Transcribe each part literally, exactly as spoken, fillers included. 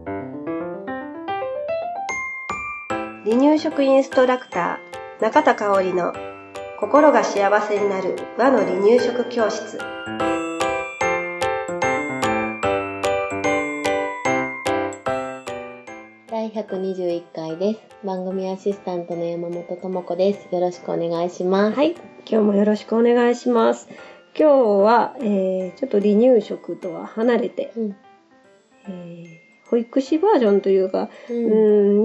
離乳食インストラクター中田香織の心が幸せになる和の離乳食教室。 だいひゃくにじゅういっかいです。番組アシスタントの山本智子です。よろしくお願いします。 はい、今日もよろしくお願いします。今日は、えー、ちょっと離乳食とは離れて、うんえー、保育士バージョンというか、うん、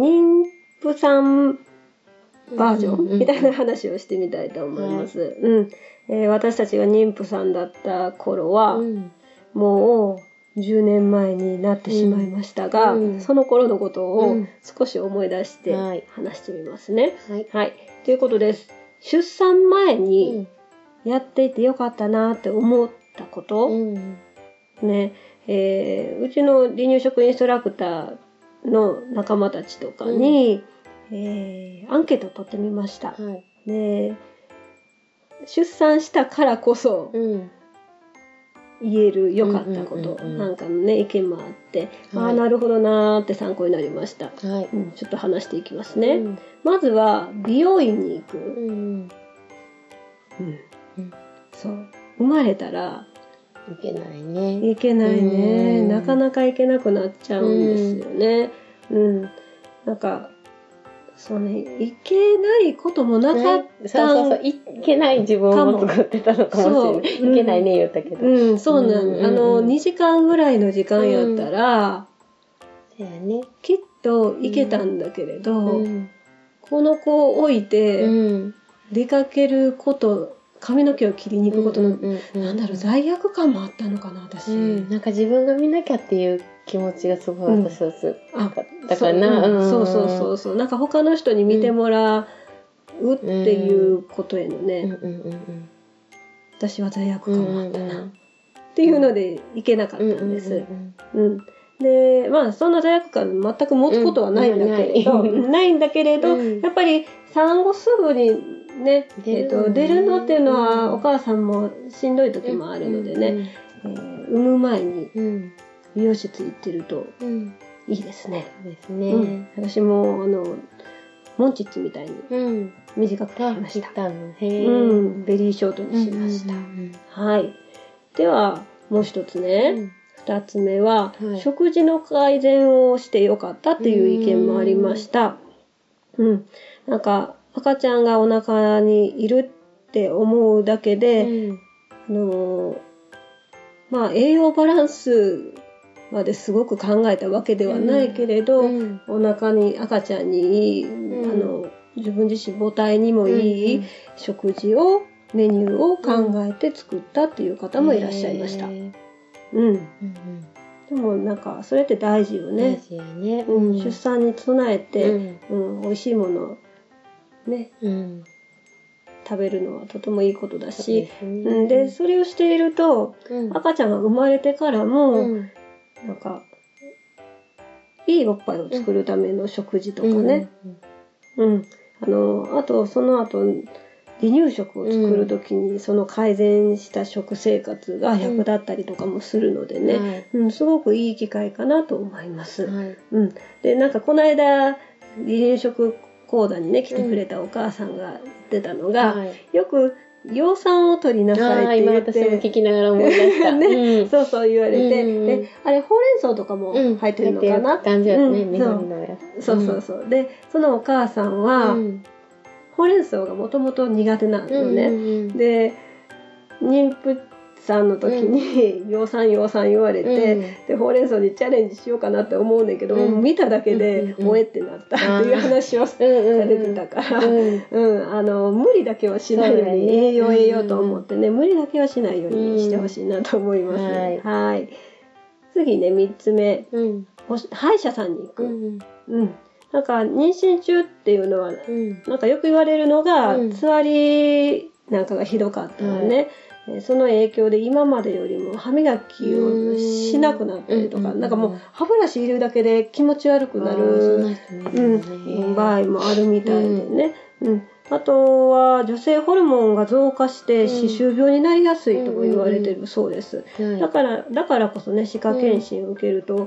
妊婦さんバージョン、うんうん、みたいな話をしてみたいと思います。はいうんえー、私たちが妊婦さんだった頃は、うん、もうじゅうねんまえになってしまいましたが、うん、その頃のことを少し思い出して話してみますね。はい。はい、ということです。出産前にやっていてよかったなって思ったこと、うんねえー、うちの離乳食インストラクターの仲間たちとかに、うんえー、アンケートを取ってみました、はいで出産したからこそ、うん言える良かったこと、うんうんうんうん、なんかのね意見もあって、はい、ああなるほどなーって参考になりました、はいうん、ちょっと話していきますね、うん、まずは美容院に行く、うんうんうん、そう生まれたらいけないねいけないね、なかなかいけなくなっちゃうんですよね、うん、うん、なんかそうね、いけないこともなかった。 そうそうそう、いけない自分を作ってたのかもしれない。うん、いけないね言ったけど。 うん、そうなん、うん、あの、にじかんぐらいの時間やったら、 うん、そうやね、 きっといけたんだけれど、うん、この子を置いて、出かけること、髪の毛を切りに行くことの、うんうんうんうん、なんだろう、罪悪感もあったのかな、私。 うん、なんか自分が見なきゃっていう気持ちがすごい私はする、うん、だからな、 うん、そうそうそうそうなんか他の人に見てもらうっていうことへのね、うんうんうんうん、私は罪悪感もあったな、うんうん、っていうのでいけなかったんです、うんうんうん、でまあそんな罪悪感全く持つことはないんだけれど、うん、ないんだけれど、うん、やっぱり産後すぐにね出る、えーと、出るのっていうのはお母さんもしんどい時もあるのでね、うんうんえー、産む前に、うん美容室行ってるといいですね。 うん、ですね、 うん。私もあのモンチッチみたいに短く切りました。 うん、へうん、ベリーショートにしました。うんうんうん、はい。ではもう一つね。うん、二つ目は、はい、食事の改善をしてよかったっていう意見もありました。うん。なんか赤ちゃんがお腹にいるって思うだけで、うん、あのまあ栄養バランスまですごく考えたわけではないけれど、うん、お腹に赤ちゃんにいい、うん、あの自分自身母体にもいい食事を、メニューを考えて作ったっていう方もいらっしゃいました。うん。うんうん、でもなんかそれって大事よね。 大事よね。 うん、出産に備えて、うんうん、美味しいものをね、うん、食べるのはとてもいいことだし、そ うですね、うん、でそれをしていると、うん、赤ちゃんが生まれてからも、うんなんかいいおっぱいを作るための食事とかね、うん、うんうん、あのあとその後離乳食を作る時にその改善した食生活が役立ったりとかもするのでね、うんうん、すごくいい機会かなと思います。はいうん、でなんかこの間離乳食講座にね来てくれたお母さんが言ってたのが、うんはい、よく葉酸を取りなさいって言って、 今私も聞きながら思い出したねうん、そうそう言われて、うん、であれほうれん草とかも入ってるのかな、 うん、感じだね、緑のやつそうそうそうでそのお母さんは、うん、ほうれん草がもともと苦手なのね、うんうんうん、で妊婦さんの時に葉酸葉酸言われて、うん、でほうれん草にチャレンジしようかなって思うんだけど、うん、見ただけで萌えってなったっていう話をされてたから、うんうん、あの無理だけはしないように、栄養栄養と思ってね、無理だけはしないようにしてほしいなと思います、うん、はい、はい次ねみっつめ、うん、歯医者さんに行く、うんうん、なんか妊娠中っていうのは、うん、なんかよく言われるのが、うん、つわりなんかがひどかったのね、はいその影響で今までよりも歯磨きをしなくなったりとか、なんかもう歯ブラシ入れるだけで気持ち悪くなる、うん、場合もあるみたいでね、うん、あとは女性ホルモンが増加して歯周病になりやすいとも言われてるそうです、だからだからこそね歯科検診を受けると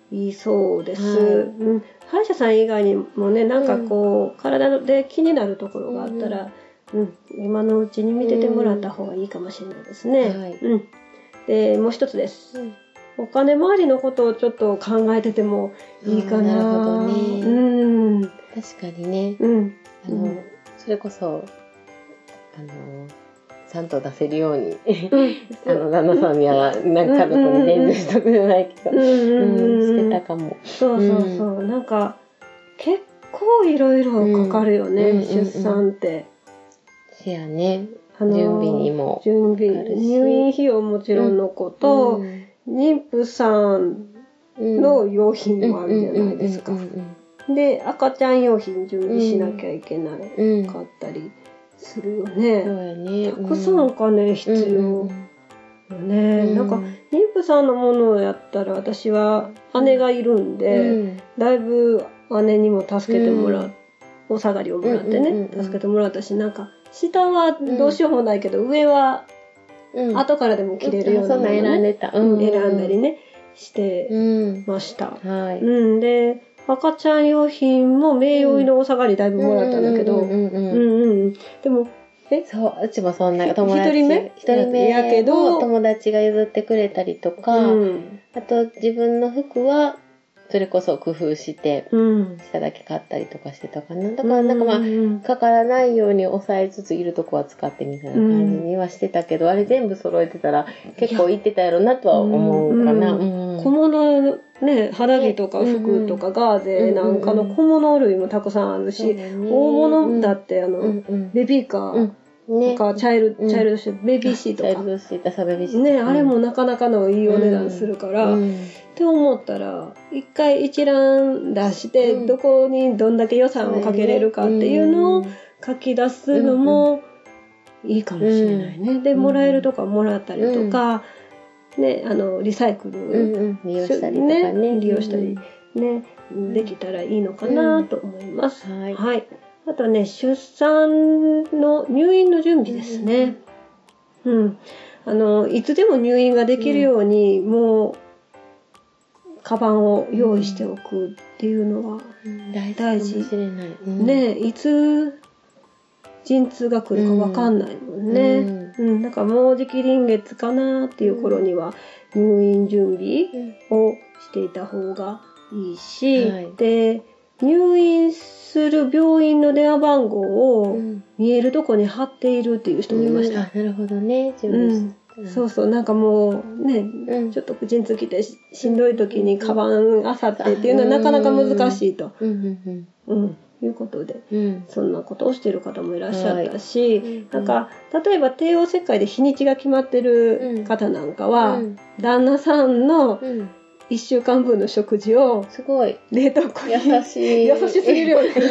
いいそうです、 はいうん、歯医者さん以外にもねなんかこう、うん、体で気になるところがあったら、うんうん、今のうちに見ててもらった方がいいかもしれないですね、うんはいうん、でもう一つです、うん、お金回りのことをちょっと考えててもいいかな。 なるほどね、うん、確かにね、うん、あの、うん、それこそあのちゃんと出せるように、うん、あの旦那さんやなんか家族に伝授しとくじゃないけど、うんうんうん、してたかも。 そうそうそう、うん、なんか結構いろいろかかるよね、うん、出産って。 せやね、準備にも準備、入院費用もちろんのこと、うん、妊婦さんの用品もあるじゃないですか。で、赤ちゃん用品準備しなきゃいけなかったりするよね。 そうやね。 たくさんお金必要よね。うん、なんか妊婦さんのものをやったら私は姉がいるんで、うん、だいぶ姉にも助けてもらって、うん、お下がりをもらってね、助けてもらったし、なんか下はどうしようもないけど、うん、上は後からでも着れるようなものね、うん、選んでた、うん、選んだりねしてました。うんはいうん、で赤ちゃん用品も名誉のお下がりだいぶもらったんだけど、でもえそううちもそんな友達一人目一人目やけど友達が譲ってくれたりとか、うん、あと自分の服はそれこそ工夫して、うん、下だけ買ったりとかしてたかな。だからなんかまあ、うん、かからないように抑えつついるとこは使ってみたいな感じにはしてたけど、うん、あれ全部揃えてたら結構いってたやろなとは思うかな。 うんうん、小物ね、肌着とか服とかガーゼなんかの小物類もたくさんあるし、うんうん、大物だってあの、うんうん、ベビーカーとか、ね、チャイル、チャイルドシート、ベビーシートか。チャイルドシート、朝ベビーシート。ね、あれもなかなかのいいお値段するから、うんうん、って思ったら、一回一覧出して、うん、どこにどんだけ予算をかけれるかっていうのを書き出すのもいいかもしれないね。うん、で、もらえるとかもらったりとか、うん、ね、あの、リサイクル、うんうん、利用したりとかね。ね利用したり、ね、うん、できたらいいのかなと思います。うん、はい。はい。あとね、出産の入院の準備ですね。うん。うん、あの、いつでも入院ができるように、うん、もう、カバンを用意しておくっていうのは大事。うん、大事かもしれない。うん、ね、いつ陣痛が来るかわかんないもんね。うん。うん、だからもうじき臨月かなっていう頃には入院準備をしていた方がいいし、うんはい、で、入院する病院の電話番号を見えるとこに貼っているっていう人もいました。 うん、あ、なるほどね。準備して。 うん、そうそう、なんかもうね、うん、ちょっと陣痛来て し, しんどい時にカバンあさってっていうのはなかなか難しいと、うんうんうん、いうことで、うん、そんなことをしている方もいらっしゃったし、はい、なんか例えば帝王切開で日にちが決まってる方なんかは、うん、旦那さんのいっしゅうかんぶんの食事をすごい冷凍庫に優しい優しすぎるよね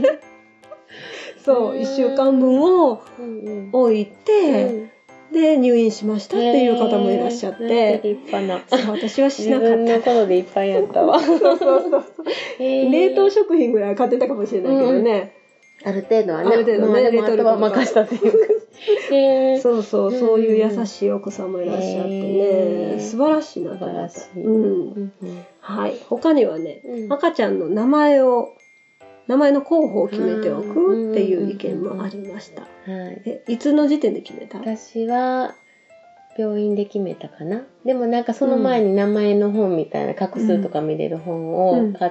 そういっしゅうかんぶんを置いて、うんで入院しましたっていう方もいらっしゃって、 立派な。 そう私はしなかった。 自分のことでいっぱいやったわ。そうそうそうそう。 冷凍食品ぐらい買ってたかもしれないけどね。 うん、ある程度はね。 ある程度ね。 冷凍は任したっていうか。 そうそうそういう優しい奥さんもいらっしゃってね、素晴らしいなと思った。素晴らしい。うん。はい。他にはね、うん、赤ちゃんの名前を名前の候補を決めておくっていう意見もありました。え、いつの時点で決めた？ 私は病院で決めたかな。でもなんかその前に名前の本みたいな画数とか見れる本を買って、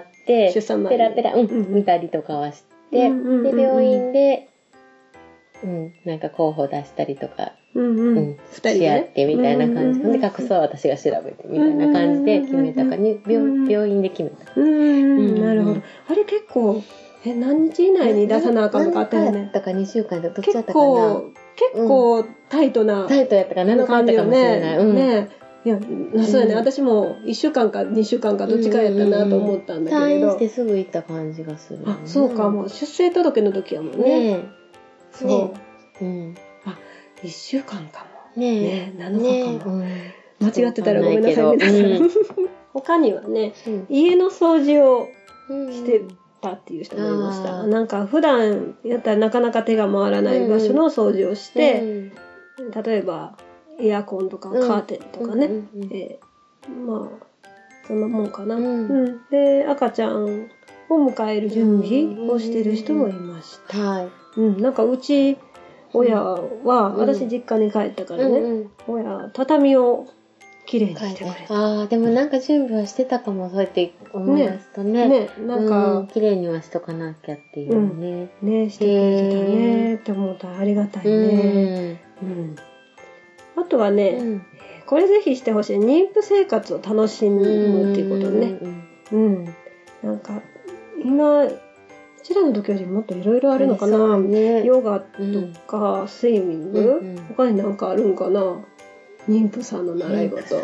出産前ペラペラ、うん、見たりとかはして、で病院で、うん、なんか候補出したりとか、うんうん、し合ってみたいな感じで、画数は私が調べてみたいな感じで決めたかに、病, 病院で決めた。 うんうん、なるほど。あれ結構え何日以内に出さなあかんとかあったよね。 だからにしゅうかんでどっちだったかな。 結構タイトな、 タイトやったかなのかあったかもしれない。うん、 ね。いや、そうやね。私もいっしゅうかんかにしゅうかんかどっちかやったなと思ったんだけれど。 退院してすぐ行った感じがする。 あ、そうかもう出生届の時やもんね。ねそう。うん。あ、いっしゅうかんかも。ねえ。なのかかも。間違ってたらごめんなさい皆さん。他にはね、家の掃除をしてっていう人もいました。なんか普段やったらなかなか手が回らない場所の掃除をして、うん、例えばエアコンとかカーテンとかね、うんえー、まあそんなもんかな。うん。うん、で、赤ちゃんを迎える準備をしてる人もいました。はい。うん、なんかうち親は、うん、私実家に帰ったからね、うんうん、親畳をきれいにしてくれた。 ああ、でもなんか準備はしてたかも、そうやって思い出すとね。ね、ねなんか、うん、きれいにはしとかなきゃっていうね。 うん、ね、してくれてたねって思ったらありがたいね。うん。うん、あとはね、うん、これぜひしてほしい。妊婦生活を楽しむっていうことね。うん。うん、なんか、今、うちらの時よりもっといろいろあるのかな、ね、ヨガとか、うん、スイミング、うんうん、他になんかあるんかな、妊婦さんの習い事。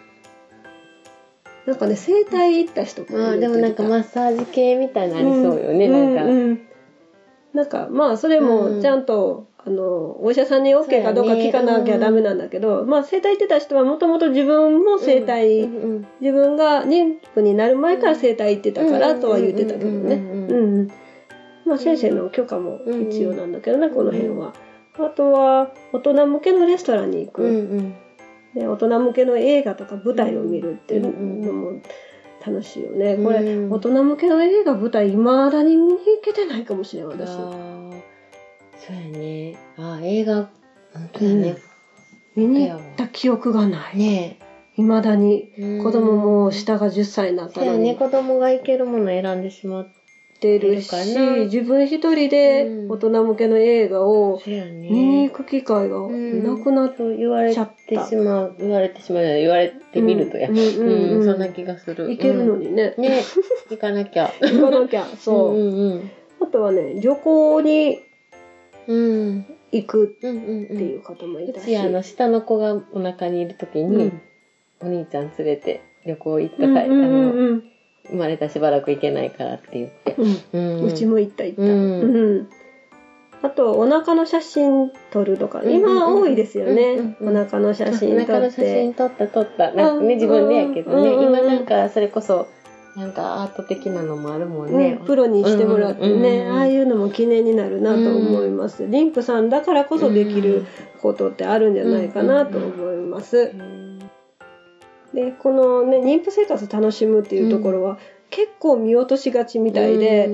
なんかね、整体行った人もいるって言ってた。 でもなんかマッサージ系みたいなのありそうよね、うん、なんか。うんうん、 なんか、まあ、それもちゃんと、うん、あの、お医者さんに OK かどうか聞かなきゃダメなんだけど、ね、うん、まあ、整体行ってた人はもともと自分も整体、うんうん、自分が妊婦になる前から整体行ってたからとは言ってたけどね。うん。まあ、先生の許可も必要なんだけどね、うん、この辺は。あとは、大人向けのレストランに行く。うんうん、で、大人向けの映画とか舞台を見るっていうのも楽しいよね。これ、うん、大人向けの映画、舞台、未だに見に行けてないかもしれない、私。あそうやね。あ映画、本当やね、 うん。見に行った記憶がない。ね未だに。子供も下がじゅっさいになったのに。そうやね、 子供が行けるものを選んでしまって。 てるし、自分一人で大人向けの映画を見に行く機会がなくなっちゃった。うん、 言われてしまう、言われてしまうよね。言われてみるとや。うん、うんうん、そんな気がする。 行けるのにね。 うん、ね、行かなきゃ。 行かなきゃ、そう。うんうん、あとはね、旅行に行くっていう方もいたし。 うちあの、下の子がお腹にいるときに、うん、お兄ちゃん連れて旅行行った際、うんうんうん、生まれたしばらく行けないからって言って、 うんうん、うちも行った行った、うんうん、あとお腹の写真撮るとか、うんうん、今多いですよね、うんうん、お腹の写真撮って、お腹の写真撮った撮ったなんかね、自分でやけどね、うんうん、今なんかそれこそなんかアート的なのもあるもんね、 うん、プロにしてもらってね、うんうんうん、ああいうのも記念になるなと思います、うん、妊婦さんだからこそできることってあるんじゃないかなと思います、うんうんうん、でこのね妊婦生活楽しむっていうところは、うん、結構見落としがちみたいで、うん、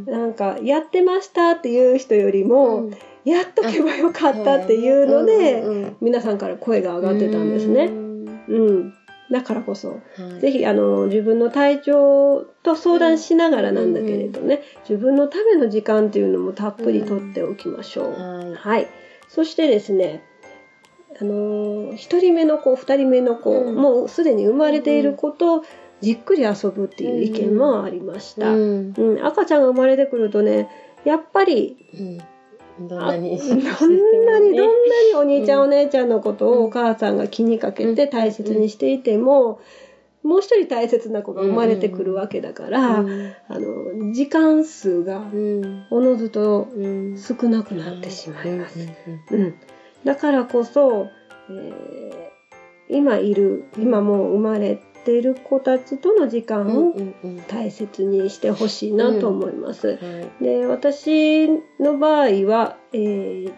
なんかやってましたっていう人よりも、うん、やっとけばよかったっていうので、うんうんうん、皆さんから声が上がってたんですね。うん、うん、だからこそ、はい、ぜひあの自分の体調と相談しながらなんだけれどね、うんうん、自分のための時間っていうのもたっぷりとっておきましょう。うんはいはい、そしてですね、あのひとりめの子ふたりめの子、うん、もうすでに生まれている子と、うんじっくり遊ぶっていう意見もありました、うんうん、赤ちゃんが生まれてくるとねやっぱり、 うん、どんなにどんなにどんなにお兄ちゃん、うん、お姉ちゃんのことをお母さんが気にかけて大切にしていても、うん、もう一人大切な子が生まれてくるわけだから、うん、あの時間数がおのずと少なくなってしまいます、うんうん、だからこそ、えー、今いる今もう生まれてている子たちとの時間を大切にしてほしいなと思います、うんうんはい、で私の場合は、えー、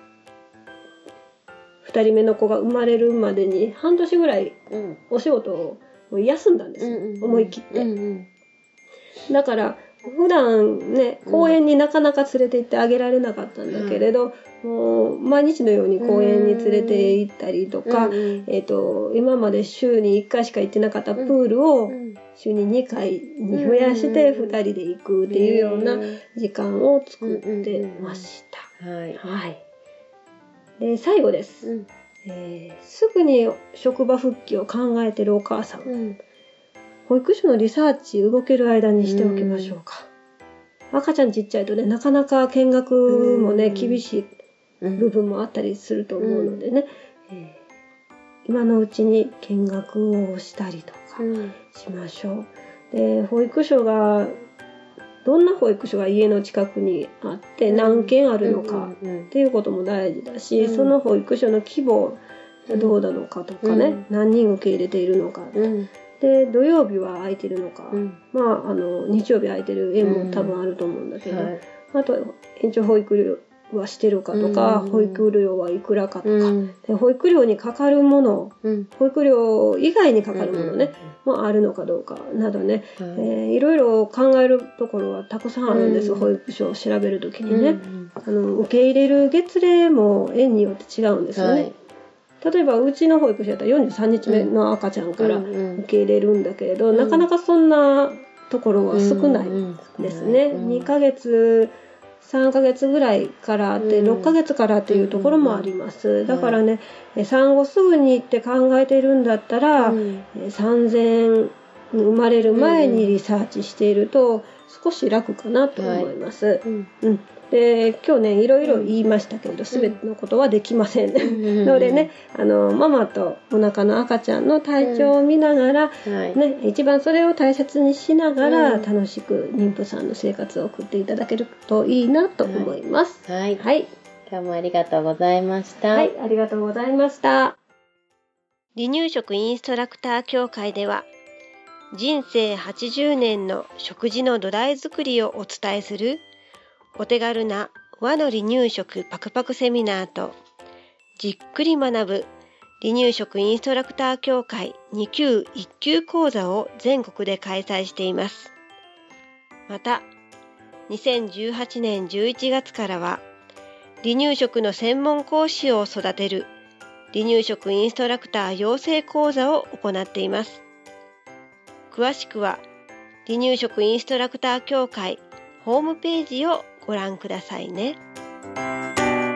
ふたりめの子が生まれるまでに半年ぐらいお仕事を休んだんです、うんうん、思い切って、うんうん、だから普段ね公園になかなか連れて行ってあげられなかったんだけれど、うん、もう毎日のように公園に連れて行ったりとか、うんえー、と今まで週にいっかいしか行ってなかったプールを週ににかいに増やしてふたりで行くっていうような時間を作ってました、はいはい、で最後です、うんえー、すぐに職場復帰を考えてるお母さん、うん保育所のリサーチ動ける間にしておきましょうか。うん、赤ちゃんちっちゃいとねなかなか見学もね、うん、厳しい部分もあったりすると思うのでね、うんえー、今のうちに見学をしたりとかしましょう。で保育所がどんな保育所が家の近くにあって何軒あるのかっていうことも大事だし、うん、その保育所の規模どうなのかとかね、うん、何人受け入れているのか、うんで土曜日は空いてるのか、うん、まああの日曜日空いてる園も多分あると思うんだけど、うんはい、あと延長保育はしてるかとか、うん、保育料はいくらかとか、うん、で保育料にかかるもの、うん、保育料以外にかかるものね、うん、もあるのかどうかなどね、うんえー、いろいろ考えるところはたくさんあるんです、うん、保育所を調べるときにね、うん、あの受け入れる月齢も園によって違うんですよね、はい、例えばうちの保育所だったらよんじゅうさんにちめの赤ちゃんから受け入れるんだけれど、うん、なかなかそんなところは少ないですね、うんうん、にかげつさんかげつぐらいからって、うん、ろっかげつからっていうところもあります、うんうん、だからね、はい、産後すぐにって考えてるんだったら、うん、産前生まれる前にリサーチしていると少し楽かなと思います、はいうんうん、で今日ねいろいろ言いましたけれど、うん、全てのことはできません、うん、のでねあのママとお腹の赤ちゃんの体調を見ながら、うんはいね、一番それを大切にしながら、うん、楽しく妊婦さんの生活を送っていただけるといいなと思います、 はいはい、今日もありがとうございました。 はい、ありがとうございました。 離乳食インストラクター協会では人生はちじゅうねんの食事の土台作りをお伝えするお手軽な和の離乳食パクパクセミナーとじっくり学ぶ離乳食インストラクター協会に級いっ級講座を全国で開催しています。また、にせんじゅうはちねんじゅういちがつからは離乳食の専門講師を育てる離乳食インストラクター養成講座を行っています。詳しくは離乳食インストラクター協会ホームページをご覧くださいね。